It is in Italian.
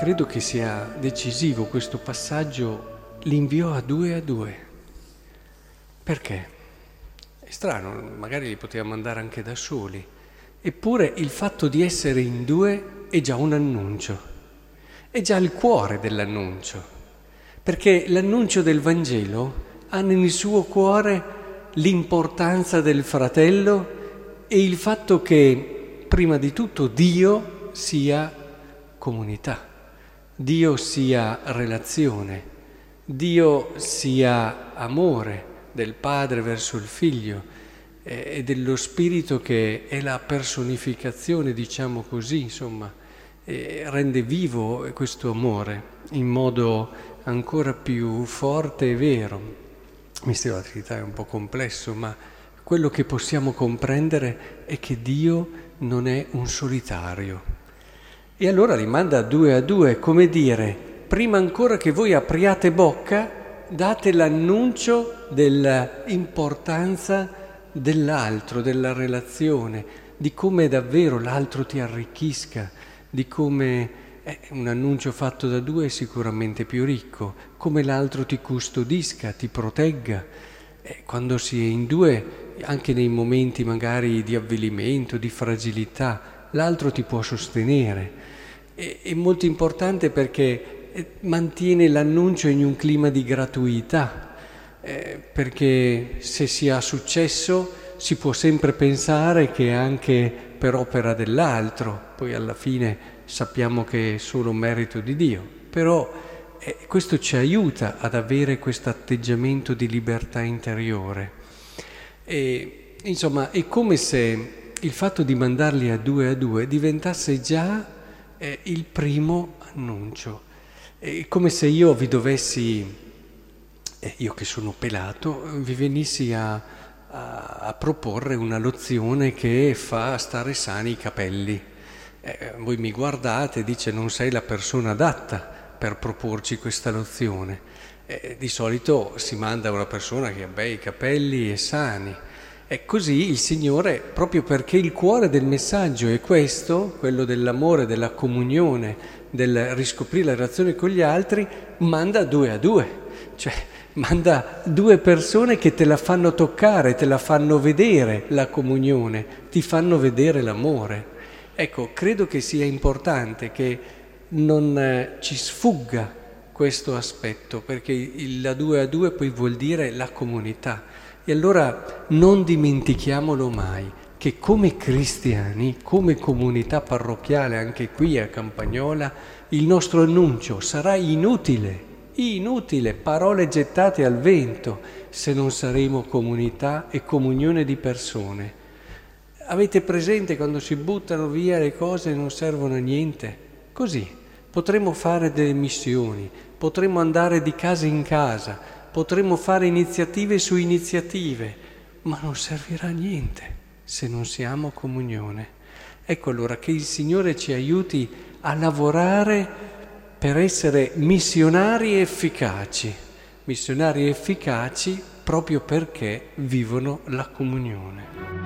credo che sia decisivo questo passaggio, l'inviò a due. Perché? È strano, magari li poteva mandare anche da soli. Eppure il fatto di essere in due è già un annuncio, è già il cuore dell'annuncio, perché l'annuncio del Vangelo ha nel suo cuore l'importanza del fratello e il fatto che, prima di tutto, Dio sia comunità, Dio sia relazione, Dio sia amore del Padre verso il Figlio e dello Spirito che è la personificazione, diciamo così, insomma, rende vivo questo amore in modo ancora più forte e vero. Il mistero della Trinità è un po' complesso, ma quello che possiamo comprendere è che Dio non è un solitario. E allora li manda a due, come dire, prima ancora che voi apriate bocca, date l'annuncio dell'importanza dell'altro, della relazione, di come davvero l'altro ti arricchisca, di come un annuncio fatto da due è sicuramente più ricco, come l'altro ti custodisca, ti protegga. Quando si è in due, anche nei momenti magari di avvilimento, di fragilità, l'altro ti può sostenere. È molto importante perché mantiene l'annuncio in un clima di gratuità, perché se si ha successo si può sempre pensare che è anche per opera dell'altro, poi alla fine sappiamo che è solo merito di Dio, però questo ci aiuta ad avere questo atteggiamento di libertà interiore. E, insomma, è come se il fatto di mandarli a due diventasse già il primo annuncio. È come se io vi dovessi, io che sono pelato, vi venissi a proporre una lozione che fa stare sani i capelli. Voi mi guardate e dice non sei la persona adatta per proporci questa lozione. Di solito si manda una persona che ha bei capelli e sani. E così il Signore, proprio perché il cuore del messaggio è questo, quello dell'amore, della comunione, del riscoprire la relazione con gli altri, manda a due, cioè manda due persone che te la fanno toccare, te la fanno vedere la comunione, ti fanno vedere l'amore. Ecco, credo che sia importante che non ci sfugga questo aspetto, perché il a due poi vuol dire la comunità. E allora non dimentichiamolo mai, che come cristiani, come comunità parrocchiale, anche qui a Campagnola, il nostro annuncio sarà inutile, parole gettate al vento, se non saremo comunità e comunione di persone. Avete presente quando si buttano via le cose e non servono a niente? Così potremmo fare delle missioni, potremmo andare di casa in casa, potremmo fare iniziative su iniziative, ma non servirà a niente se non siamo comunione. Ecco allora che il Signore ci aiuti a lavorare per essere missionari efficaci proprio perché vivono la comunione.